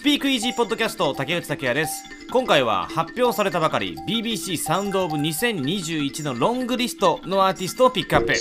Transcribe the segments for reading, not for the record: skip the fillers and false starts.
ピークイージーポッドキャスト竹内拓也です。今回は発表されたばかり BBC サウンドオブ2021のロングリストのアーティストをピックアップ。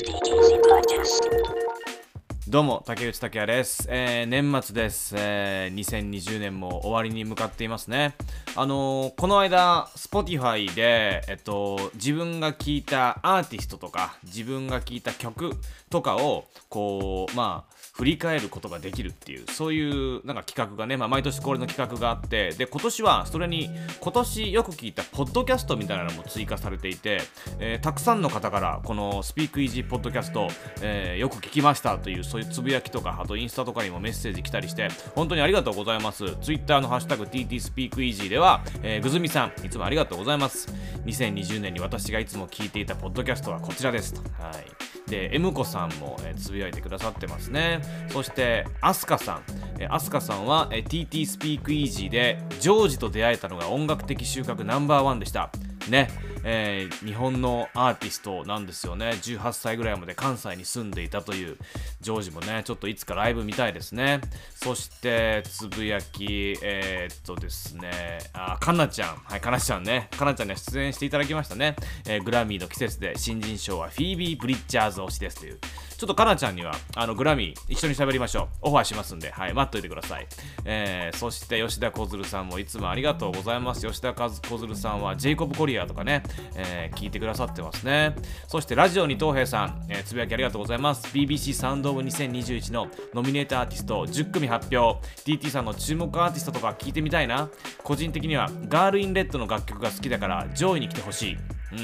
どうも竹内拓也です。年末です。2020年も終わりに向かっていますね。この間 Spotify で、自分が聴いたアーティストとか自分が聴いた曲とかを振り返ることができるっていう、そういうなんか企画がね、毎年恒例の企画があって、で今年はそれに今年よく聞いたポッドキャストみたいなのも追加されていて、たくさんの方からこのスピークイージーポッドキャスト、よく聞きましたというそういうつぶやきとか、あとインスタとかにもメッセージ来たりして本当にありがとうございます。ツイッターのハッシュタグ TT スピークイージーでは、ぐずみさんいつもありがとうございます。2020年に私がいつも聞いていたポッドキャストはこちらですと。で M 子さんも、つぶやいてくださってますね。そしてアスカさん、は、TT スピークイージーでジョージと出会えたのが音楽的収穫ナンバーワンでしたね。日本のアーティストなんですよね。18歳ぐらいまで関西に住んでいたというジョージもね、ちょっといつかライブ見たいですね。そしてつぶやきですね、かなちゃん、かなちゃんね、かなちゃんには出演していただきましたね。グラミーの季節で新人賞はフィービー・ブリッジャーズ推しですという、ちょっとかなちゃんにはグラミー一緒に喋りましょう。オファーしますんで、待っといてください。そして吉田小鶴さんもいつもありがとうございます。吉田小鶴さんはジェイコブコリアとかね、聞いてくださってますね。そしてラジオ二等兵さん、つぶやきありがとうございます。 BBC サウンドオブ2021のノミネートアーティスト10組発表。 TT さんの注目アーティストとか聞いてみたいな。個人的にはガールインレッドの楽曲が好きだから上位に来てほしい。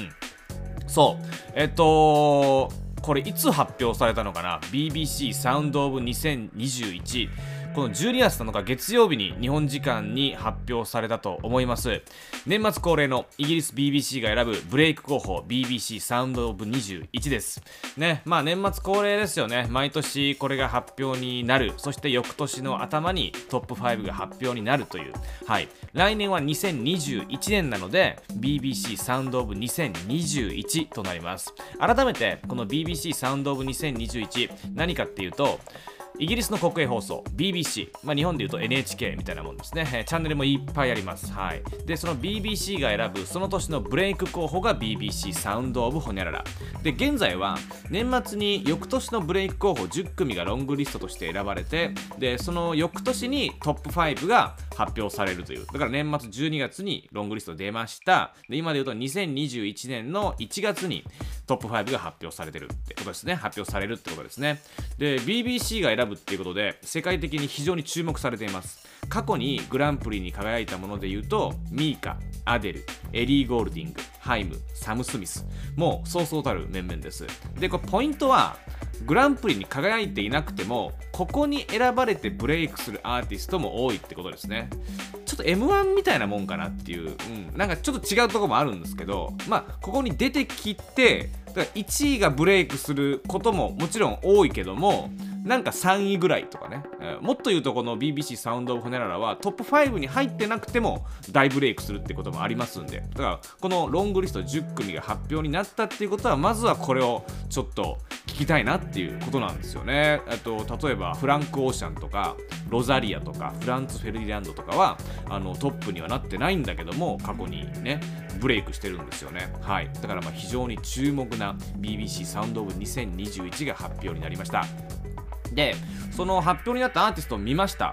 そうこれいつ発表されたのかな。 BBC サウンドオブ2021、この12月7日月曜日に日本時間に発表されたと思います。年末恒例のイギリス BBC が選ぶブレイク候補 BBC サウンドオブ21ですね。年末恒例ですよね。毎年これが発表になる。そして翌年の頭にトップ5が発表になるという。来年は2021年なので BBC サウンドオブ2021となります。改めてこの BBC サウンドオブ2021何かっていうと、イギリスの国営放送 BBC、日本でいうと NHK みたいなもんですね。チャンネルもいっぱいあります。でその BBC が選ぶその年のブレイク候補が BBC サウンドオブホニャララで、現在は年末に翌年のブレイク候補10組がロングリストとして選ばれて、でその翌年にトップ5が発表されるという。だから年末12月にロングリスト出ました。で今でいうと2021年の1月にトップ5が発表されてるってことですね。発表されるってことですね。で BBC が選ぶっていうことで世界的に非常に注目されています。過去にグランプリに輝いたものでいうとミーカ、アデル、エリー・ゴールディング、ハイム、サム・スミス、もうそうそうたる面々です。でこれポイントは、グランプリに輝いていなくてもここに選ばれてブレイクするアーティストも多いってことですね。ちょっと M1 みたいなもんかなっていう、なんかちょっと違うところもあるんですけど、ここに出てきてだから1位がブレイクすることももちろん多いけども、なんか3位ぐらいとかね、もっと言うとこの BBC サウンドオブホニャララはトップ5に入ってなくても大ブレイクするってこともありますんで、だからこのロングリスト10組が発表になったっていうことは、まずはこれをちょっと聞きたいなっていうことなんですよね。例えばフランク・オーシャンとかロザリアとかフランツ・フェルディランドとかはトップにはなってないんだけども、過去にねブレイクしてるんですよね。だから非常に注目な BBC サウンドオブ2021が発表になりました。でその発表になったアーティストを見ました。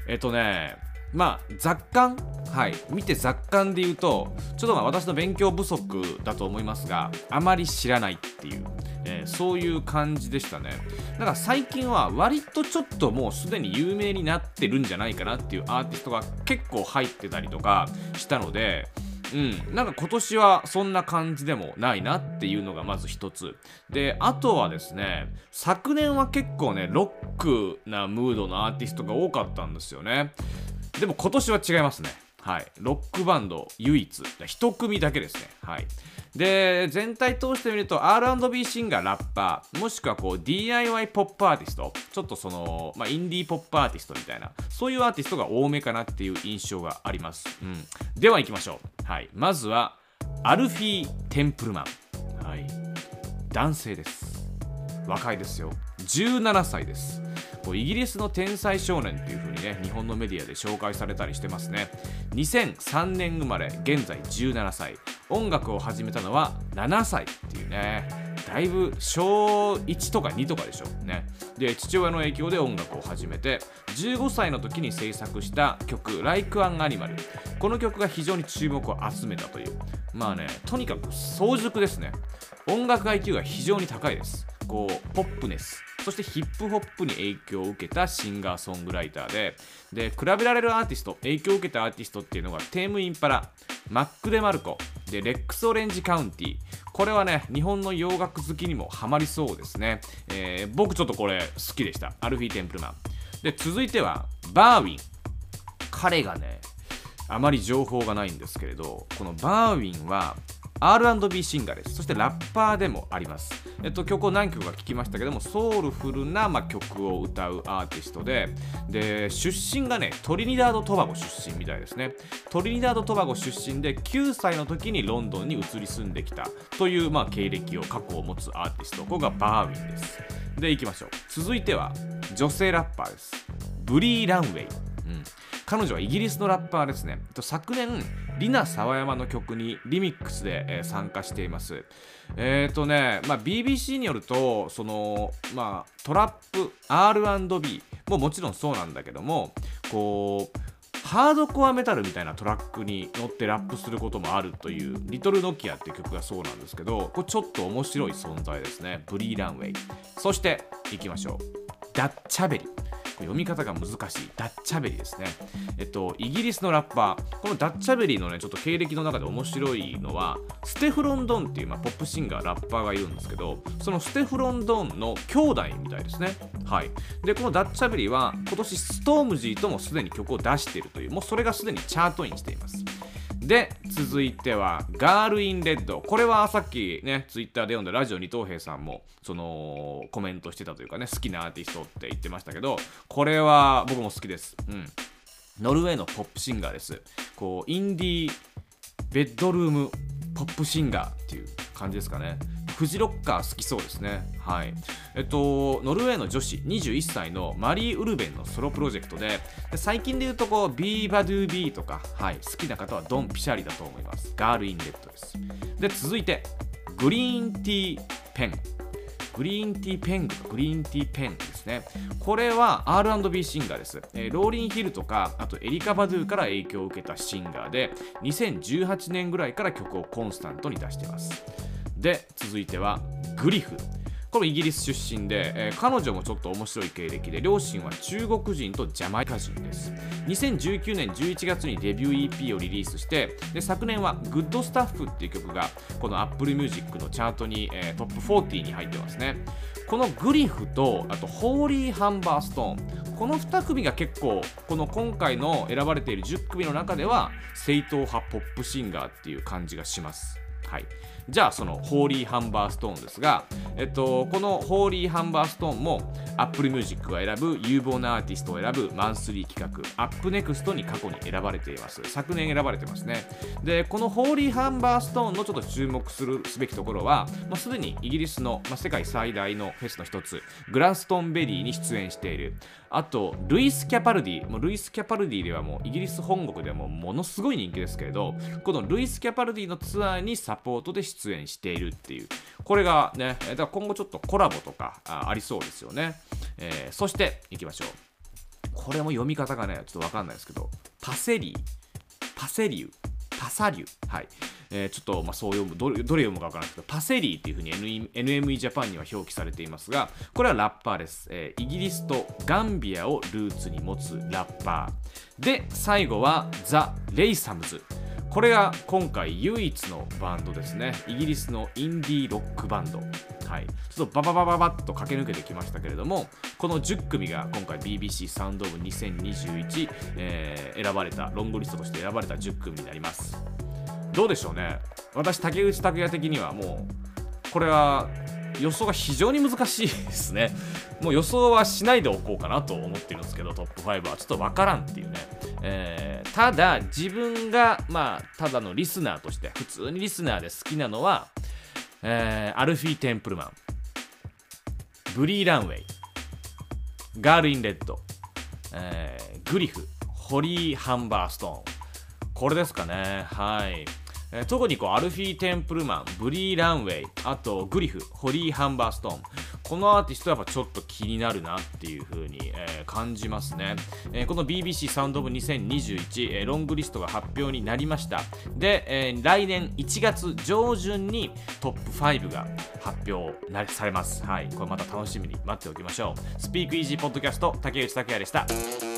雑感、見て雑感で言うと、ちょっと私の勉強不足だと思いますが、あまり知らないっていう、そういう感じでしたね。だから最近は割とちょっともうすでに有名になってるんじゃないかなっていうアーティストが結構入ってたりとかしたので、なんか今年はそんな感じでもないなっていうのがまず一つで、あとはですね、昨年は結構ねロックなムードのアーティストが多かったんですよね。でも今年は違いますね。ロックバンド唯一一組だけですね。で全体通してみると R&B シンガー、ラッパー、もしくはDIY ポップアーティスト、ちょっとインディーポップアーティストみたいな、そういうアーティストが多めかなっていう印象があります。では行きましょう。まずはアルフィー・テンプルマン。男性です。若いですよ。17歳です。 こうイギリスの天才少年っていう風にね日本のメディアで紹介されたりしてますね。2003年生まれ、現在17歳、音楽を始めたのは7歳っていうね、だいぶ小1とか2とかでしょね。で父親の影響で音楽を始めて、15歳の時に制作した曲 Like an Animal、 この曲が非常に注目を集めたという、まあね、とにかく早熟ですね。音楽 IQ が非常に高いです。こうポップネス、そしてヒップホップに影響を受けたシンガーソングライターで、比べられるアーティスト、影響を受けたアーティストっていうのがテームインパラ、マック・デ・マルコで、レックス・オレンジ・カウンティ。これはね日本の洋楽好きにもハマりそうですね。僕ちょっとこれ好きでした。アルフィー・テンプルマンで、続いてはバーウィン。彼がねあまり情報がないんですけれど、このバーウィンはR&B シンガーです。そしてラッパーでもあります。曲を何曲か聴きましたけども、ソウルフルな、曲を歌うアーティストで、出身がねトリニダード・トバゴ出身みたいですね。トリニダード・トバゴ出身で9歳の時にロンドンに移り住んできたという、経歴を過去を持つアーティスト。ここがバーウィンです。で行きましょう。続いては女性ラッパーです。ブリー・ランウェイ。彼女はイギリスのラッパーですね。昨年リナ沢山の曲にリミックスで、参加しています。BBC によるとその、トラップ R&B ももちろんそうなんだけども、こうハードコアメタルみたいなトラックに乗ってラップすることもあるというリトルノキアっていう曲がそうなんですけど、これちょっと面白い存在ですね。ブリー・ランウェイ。そしていきましょう。ダッチャベリ。読み方が難しいダッチャベリですね。イギリスのラッパー。このダッチャベリのねちょっと経歴の中で面白いのは、ステフロン・ドンっていう、ポップシンガーラッパーがいるんですけど、そのステフロン・ドンの兄弟みたいですね。はい。でこのダッチャベリは今年ストームジーともすでに曲を出しているという、もうそれがすでにチャートインしています。で続いてはガール・イン・レッド。これはさっきねツイッターで読んだラジオ二等兵さんもそのコメントしてたというかね、好きなアーティストって言ってましたけど、これは僕も好きです。ノルウェーのポップシンガーです。こうインディーベッドルームポップシンガーっていう感じですかね。フジロッカー好きそうですね。はい。ノルウェーの女子21歳のマリー・ウルベンのソロプロジェクトで、最近で言うとこうビーバドゥービーとか、はい、好きな方はドンピシャリだと思います。ガール・イン・レッドです。で続いてグリーンティー・ペン。グリーンティーペンとかグリーンティーペンですね。これは R&B シンガーです。ローリン・ヒルとかあとエリカ・バドゥから影響を受けたシンガーで、2018年ぐらいから曲をコンスタントに出しています。で続いてはグリフ。これイギリス出身で、彼女もちょっと面白い経歴で、両親は中国人とジャマイカ人です。2019年11月にデビュー EP をリリースして、で昨年はグッドスタッフっていう曲がこの Apple Music のチャートに、トップ40に入ってますね。このグリフとあとホーリー・ハンバーストーン、この2組が結構この今回の選ばれている10組の中では正統派ポップシンガーっていう感じがします。はい。じゃあそのホーリー・ハンバーストーンですが、このホーリー・ハンバーストーンも Apple Music が選ぶ有望なアーティストを選ぶマンスリー企画 UpNext に過去に選ばれています。昨年選ばれてますね。でこのホーリー・ハンバーストーンのちょっと注目すべきところは、すでにイギリスの、世界最大のフェスの一つグラストンベリーに出演している。あとルイス・キャパルディ。ルイス・キャパルディではもうイギリス本国でもものすごい人気ですけれど、このルイス・キャパルディのツアーにサポートで出演しているっていう、これがね、だから今後ちょっとコラボとかありそうですよね。そしていきましょう。これも読み方がねちょっと分かんないですけど、パセリュー、はい、ちょっとそう読む、どれ読むか分からないですけど、パセリーっていう風に NME ジャパンには表記されていますが、これはラッパーです。イギリスとガンビアをルーツに持つラッパーで、最後はザ・レイサムズ。これが今回唯一のバンドですね。イギリスのインディーロックバンド。はい、ちょっとババッと駆け抜けてきましたけれども、この10組が今回 BBC サウンドオブ2021、選ばれたロングリストとして選ばれた10組になります。どうでしょうね。私竹内拓也的にはもうこれは予想が非常に難しいですね。もう予想はしないでおこうかなと思ってるんですけど、トップ5はちょっとわからんっていうね。ただ自分がただのリスナーとして普通にリスナーで好きなのは、アルフィー・テンプルマン、ブリー・ランウェイ、 ガール・イン・レッド、グリフ、ホリー・ハンバーストーン、これですかね。はい。特にアルフィー・テンプルマン、ブリー・ランウェイ、あとグリフ、ホリー・ハンバーストーン、このアーティストはやっぱちょっと気になるなっていう風に、感じますね。この BBC サウンドオブ2021、ロングリストが発表になりました。で、来年1月上旬にトップ5が発表されます。はい、これまた楽しみに待っておきましょう。スピークイージーポッドキャスト、竹内拓也でした。